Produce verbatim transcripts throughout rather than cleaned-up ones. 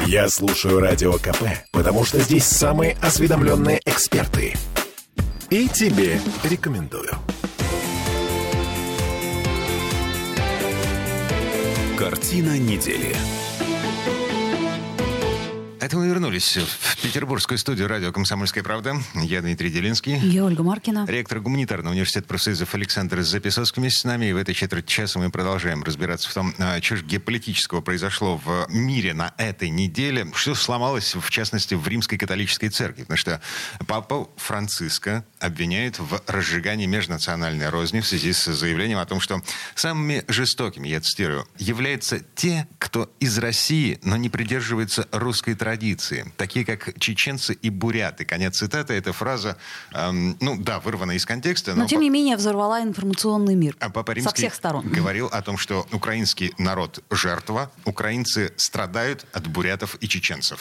Я слушаю Радио КП, потому что здесь самые осведомленные эксперты. И тебе рекомендую. Картина недели. Это мы вернулись в петербургскую студию радио «Комсомольская правда». Я Дмитрий Делинский. Я Ольга Маркина. Ректор гуманитарного университета профсоюзов Александр Записовский вместе с нами. И в этой четверти часа мы продолжаем разбираться в том, что же геополитического произошло в мире на этой неделе. Что сломалось, в частности, в Римской католической церкви. Потому что папа Франциско обвиняет в разжигании межнациональной розни в связи с заявлением о том, что самыми жестокими, я цитирую, являются те, кто из России, но не придерживается русской традиции. Традиции, такие как чеченцы и буряты. Конец цитаты. Эта фраза, эм, ну да, вырвана из контекста. Но, но тем не менее, взорвала информационный мир. А Папа Римский со всех сторон. Говорил о том, что украинский народ жертва, украинцы страдают от бурятов и чеченцев.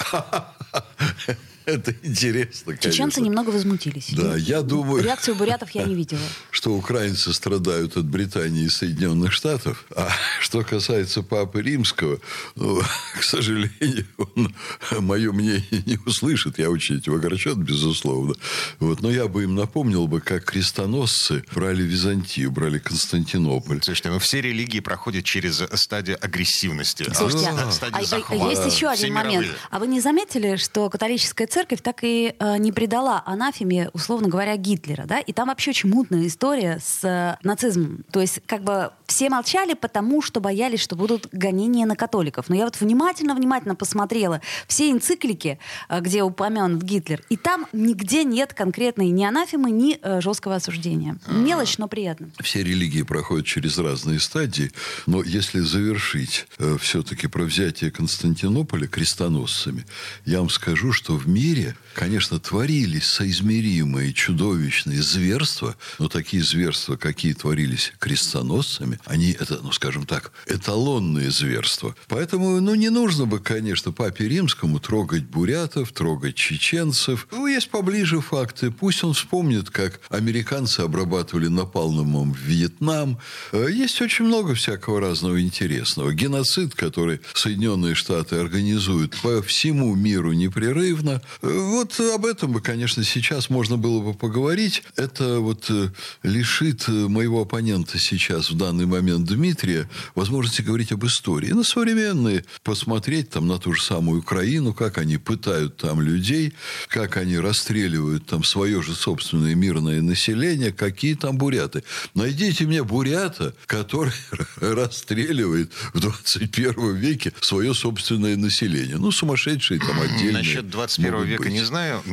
Это интересно, конечно. Чеченцы немного возмутились. Да, я думаю... Реакцию бурятов я не видела. Что украинцы страдают от Британии и Соединенных Штатов. А что касается Папы Римского, ну, к сожалению, он мое мнение не услышит. Я очень этим огорчен, безусловно. Вот. Но я бы им напомнил бы, как крестоносцы брали Византию, брали Константинополь. Слушайте, ну все религии проходят через стадию агрессивности. Слушайте, а, а, стадию а, захвата. а есть еще Все один момент. мировые. А вы не заметили, что католическая церковь так и э, не предала анафеме, условно говоря, Гитлера, да? И там вообще очень мутная история с э, нацизмом. То есть, как бы, все молчали, потому что боялись, что будут гонения на католиков. Но я вот внимательно-внимательно посмотрела все энциклики, э, где упомянут Гитлер, и там нигде нет конкретной ни анафемы, ни э, жесткого осуждения. Мелочь, но приятно. Все религии проходят через разные стадии, но если завершить э, все-таки про взятие Константинополя крестоносцами, я вам скажу, что в мире, конечно, творились соизмеримые чудовищные зверства, но такие зверства, какие творились крестоносцами, они, это, ну, скажем так, эталонные зверства. Поэтому, ну, не нужно бы, конечно, Папе Римскому трогать бурятов, трогать чеченцев. Ну, есть поближе факты. Пусть он вспомнит, как американцы обрабатывали напалмом Вьетнам. Есть очень много всякого разного интересного. Геноцид, который Соединенные Штаты организуют по всему миру непрерывно. Вот об этом бы, конечно, сейчас можно было бы поговорить. Это вот лишит моего оппонента сейчас, в данный момент, Дмитрия, возможности говорить об истории. На современные, посмотреть там на ту же самую Украину, как они пытают там людей, как они расстреливают там свое же собственное мирное население, какие там буряты. Найдите мне бурята, который расстреливает в двадцать первом веке свое собственное население. Ну, сумасшедшие там отдельные. Насчет двадцать первого века быть. Не знаю.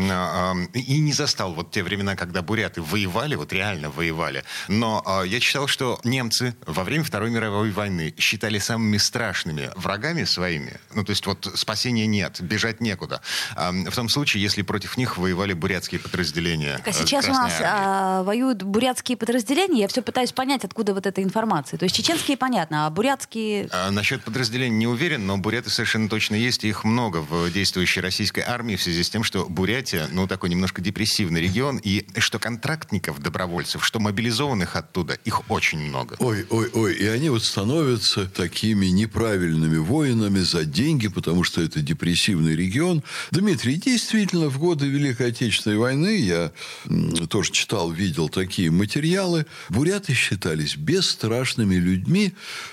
И не застал вот те времена, когда буряты воевали, вот реально воевали. Но я читал, что немцы во время Второй мировой войны считали самыми страшными врагами своими. Ну, то есть вот спасения нет, бежать некуда. В том случае, если против них воевали бурятские подразделения. Так, а сейчас у нас а, воюют бурятские подразделения. Я все пытаюсь понять, откуда вот эта информация. То есть чеченские понятно, а бурятские... А, насчет подразделений не уверен, но буряты совершенно точно есть, и их много в действующей российской армии в связи с тем, что Бурятия, ну, такой немножко депрессивный регион, и что контрактников, добровольцев, что мобилизованных оттуда, их очень много. Ой, ой, ой, и они вот становятся такими неправильными воинами за деньги, потому что это депрессивный регион. Дмитрий, действительно, в годы Великой Отечественной войны, я тоже читал, видел такие материалы, буряты считались бесстрашными людьми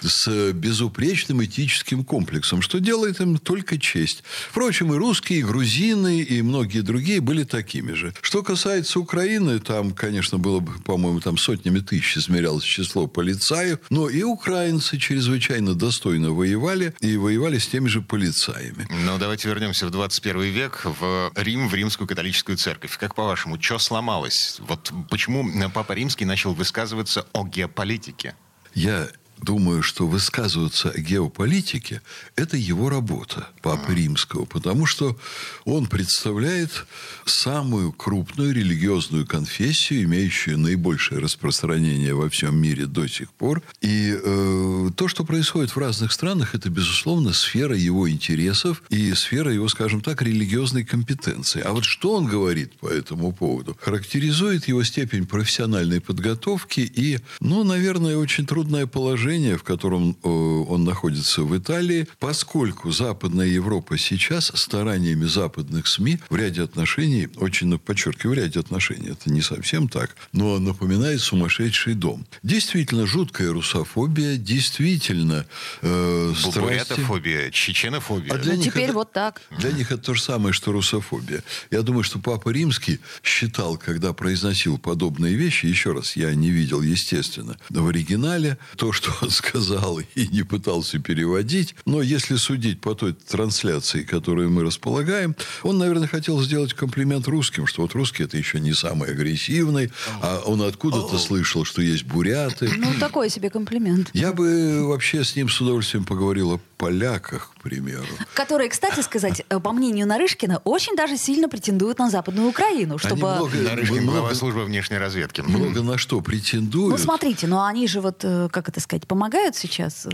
с безупречным этическим комплексом, что делает им только честь. Впрочем, и русские, и грузины, и многие другие были такими же. Что касается Украины, там, конечно, было бы, по-моему, там сотнями тысяч измерялось число полицаев, но и украинцы чрезвычайно достойно воевали, и воевали с теми же полицаями. Ну, давайте вернемся в двадцать первый век, в Рим, в Римскую католическую церковь. Как по-вашему, что сломалось? Вот почему Папа Римский начал высказываться о геополитике? Я думаю, что высказываться о геополитике – это его работа, Папы Римского, потому что он представляет самую крупную религиозную конфессию, имеющую наибольшее распространение во всем мире до сих пор. И э, то, что происходит в разных странах, это, безусловно, сфера его интересов и сфера его, скажем так, религиозной компетенции. А вот что он говорит по этому поводу, характеризует его степень профессиональной подготовки и, ну, наверное, очень трудное положение положение, в котором он находится в Италии, поскольку Западная Европа сейчас стараниями западных СМИ в ряде отношений, очень, подчеркиваю, в ряде отношений, это не совсем так, но напоминает сумасшедший дом. Действительно, жуткая русофобия, действительно э, страсти. Бурятофобия, чеченофобия. А для ну, них теперь это, вот так. Для них это то же самое, что русофобия. Я думаю, что Папа Римский считал, когда произносил подобные вещи, еще раз, я не видел, естественно, в оригинале то, что он сказал, и не пытался переводить, но если судить по той трансляции, которую мы располагаем, он, наверное, хотел сделать комплимент русским, что вот русские это еще не самый агрессивный, а он откуда-то слышал, что есть буряты. Ну, такой себе комплимент. Я бы вообще с ним с удовольствием поговорил о поляках, к примеру. Которые, кстати сказать, по мнению Нарышкина, очень даже сильно претендуют на Западную Украину, чтобы... Много, Нарышкин, много, глава службы внешней разведки. много на что претендуют. Ну, смотрите, но они же вот, как это сказать, помогают сейчас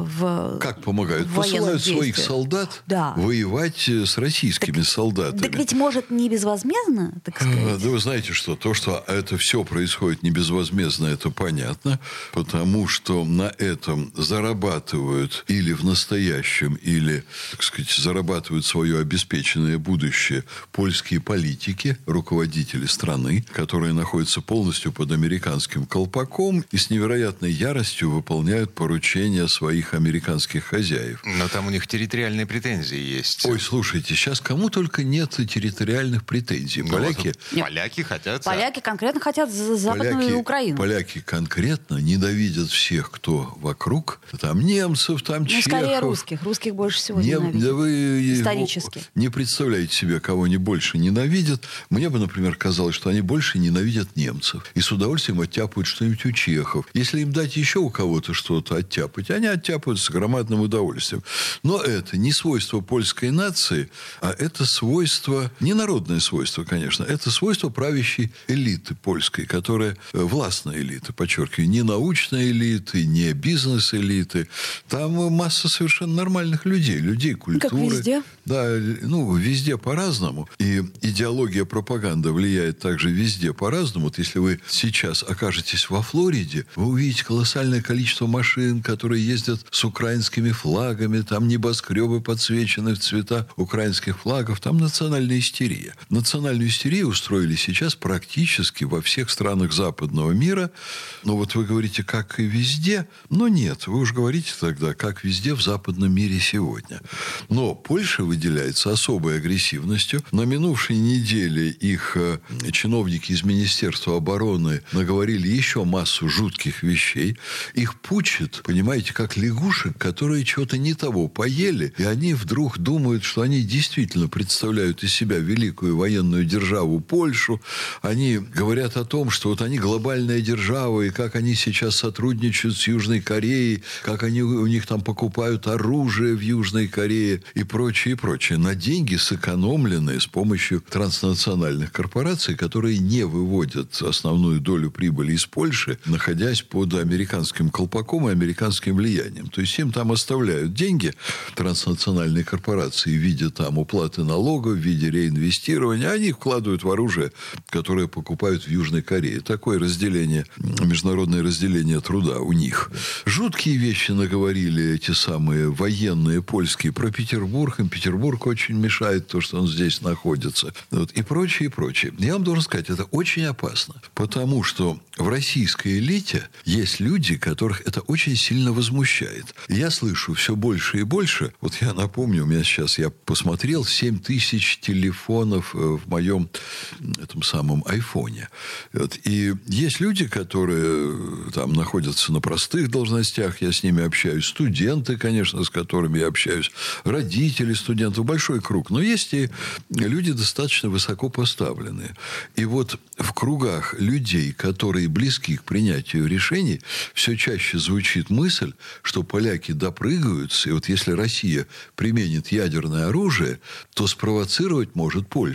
в Как помогают? в Посылают военных своих действиях. солдат Да. воевать с российскими Так- солдатами. Так ведь, может, не безвозмездно, так А, сказать? Да вы знаете что? То, что это все происходит не безвозмездно, это понятно, потому что на этом зарабатывают или в настоящем, или, так сказать, зарабатывают свое обеспеченное будущее польские политики, руководители страны, которые находятся полностью под американским колпаком и с невероятной яростью выполняют поручения своих американских хозяев. Но там у них территориальные претензии есть. Ой, слушайте, сейчас кому только нет территориальных претензий. Ну, Поляки... вот поляки хотят... Поляки конкретно хотят за Западную Поляки, Украину. поляки конкретно ненавидят всех, кто вокруг. Там немцев, там Ну, чехов. скорее русских. Русских больше всего Не, ненавидят. да вы Исторически. не представляете себе, кого они больше ненавидят. Мне бы, например, казалось, что они больше ненавидят немцев. И с удовольствием оттяпают что-нибудь у чехов. Если им дать еще у кого-то что-то оттяпать, они оттяпают с громадным удовольствием. Но это не свойство польской нации, а это свойство, не народное свойство, конечно, это свойство правящей элиты польской, которая э, властная элита, подчеркиваю, не научная элита, не бизнес-элиты. Там масса совершенно нормальных людей, людей культуры. Как везде. Да, ну, везде по-разному. И идеология пропаганды влияет также везде по-разному. Вот если вы сейчас окажетесь во Флориде, вы увидите колоссальное количество машин, которые ездят с украинскими флагами, там небоскребы подсвечены в цвета украинских флагов, там национальная истерия. Национальную истерию устроили сейчас практически во всех странах западного мира. Но вот вы говорите, как и везде, но нет, вы уж говорите тогда, как везде в западном мире сегодня. Но Польша выделяется особой агрессивностью. На минувшей неделе их э, чиновники из Министерства обороны наговорили еще массу жутких вещей. Их пучат, понимаете, как лягушек, которые чего-то не того поели, и они вдруг думают, что они действительно представляют из себя великую военную державу Польшу. Они говорят о том, что вот они глобальная держава, и как они сейчас сотрудничают с Южной Кореей, как они у них там покупают оружие в Южной Корее и прочее, и прочее. На деньги, сэкономленные с помощью транснациональных корпораций, которые не выводят основную долю прибыли из Польши, находясь под американским колпаком и американским влиянием. То есть им там оставляют деньги транснациональные корпорации в виде там уплаты налогов, в виде реинвестирования, они их вкладывают в оружие, которое покупают в Южной Корее. Такое разделение, международное разделение труда у них. Жуткие вещи наговорили эти самые военные польские про Петербург. Им Петербург очень мешает то, что он здесь находится. Вот. И прочее, и прочее. Я вам должен сказать, это очень опасно. Потому что в российской элите есть люди, которых это очень сильно возмущает. Я слышу все больше и больше. Вот я напомню, у меня сейчас, я посмотрел, семь тысяч телефонов в моем этом самом айфоне. Вот. И есть люди, которые там находятся на простых должностях, я с ними общаюсь, студенты, конечно, с которыми я общаюсь, родители студентов, большой круг. Но есть и люди достаточно высоко поставленные. И вот в кругах людей, которые близки к принятию решений, все чаще звучит мысль, что поляки допрыгаются, и вот если Россия применит ядерное оружие, то спровоцировать может Польша.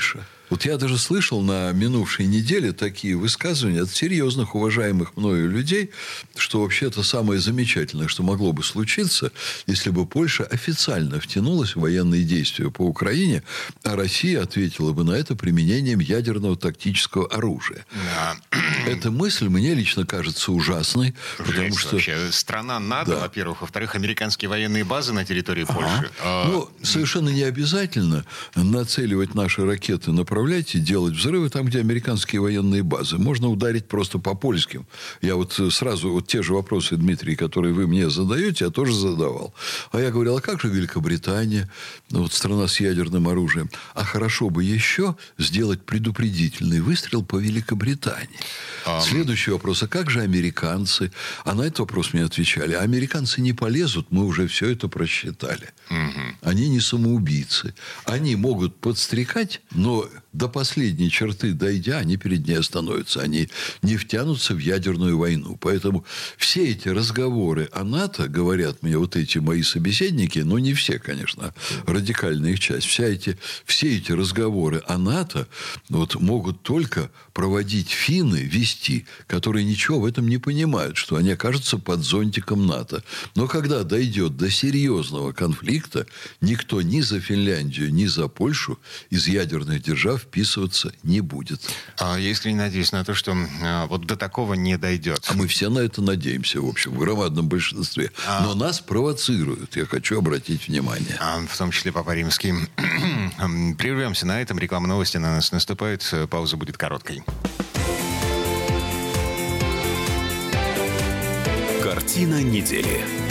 Вот я даже слышал на минувшей неделе такие высказывания от серьезных, уважаемых мною людей, что вообще-то самое замечательное, что могло бы случиться, если бы Польша официально втянулась в военные действия по Украине, а Россия ответила бы на это применением ядерного тактического оружия. Да. Эта мысль мне лично кажется ужасной, потому что... Вообще, страна НАТО, Да. во-первых. Во-вторых, американские военные базы на территории Польши. А, Ну, совершенно не обязательно нацеливать наши ракеты, направлять и делать взрывы там, где американские военные базы. Можно ударить просто по польским. Я вот сразу, вот те же вопросы, Дмитрий, которые вы мне задаете, я тоже задавал. А я говорил, а как же Великобритания, вот страна с ядерным оружием? А хорошо бы еще сделать предупредительный выстрел по Великобритании. А... Следующий вопрос, а как же американцы? А на этот вопрос мне отвечали, а американцы не полезут, мы уже все это просчитали. Угу. Они не самоубийцы. Они могут подстрекать, но до последней черты дойдя, они перед ней остановятся. Они не втянутся в ядерную войну. Поэтому все эти разговоры о НАТО, говорят мне вот эти мои собеседники, но не все, конечно, радикальная их часть, вся эти, все эти разговоры о НАТО вот, могут только проводить финны, вести, которые ничего в этом не понимают, что они окажутся под зонтиком НАТО. Но когда дойдет до серьезного конфликта, никто ни за Финляндию, ни за Польшу из ядерных держав вписываться не будет. А я искренне надеюсь на то, что а, вот до такого не дойдет. А мы все на это надеемся, в общем, в громадном большинстве. А... Но нас провоцируют, я хочу обратить внимание. А, в том числе Папа Римский. Прервемся на этом. Реклама, новости на нас наступает. Пауза будет короткой. Картина недели.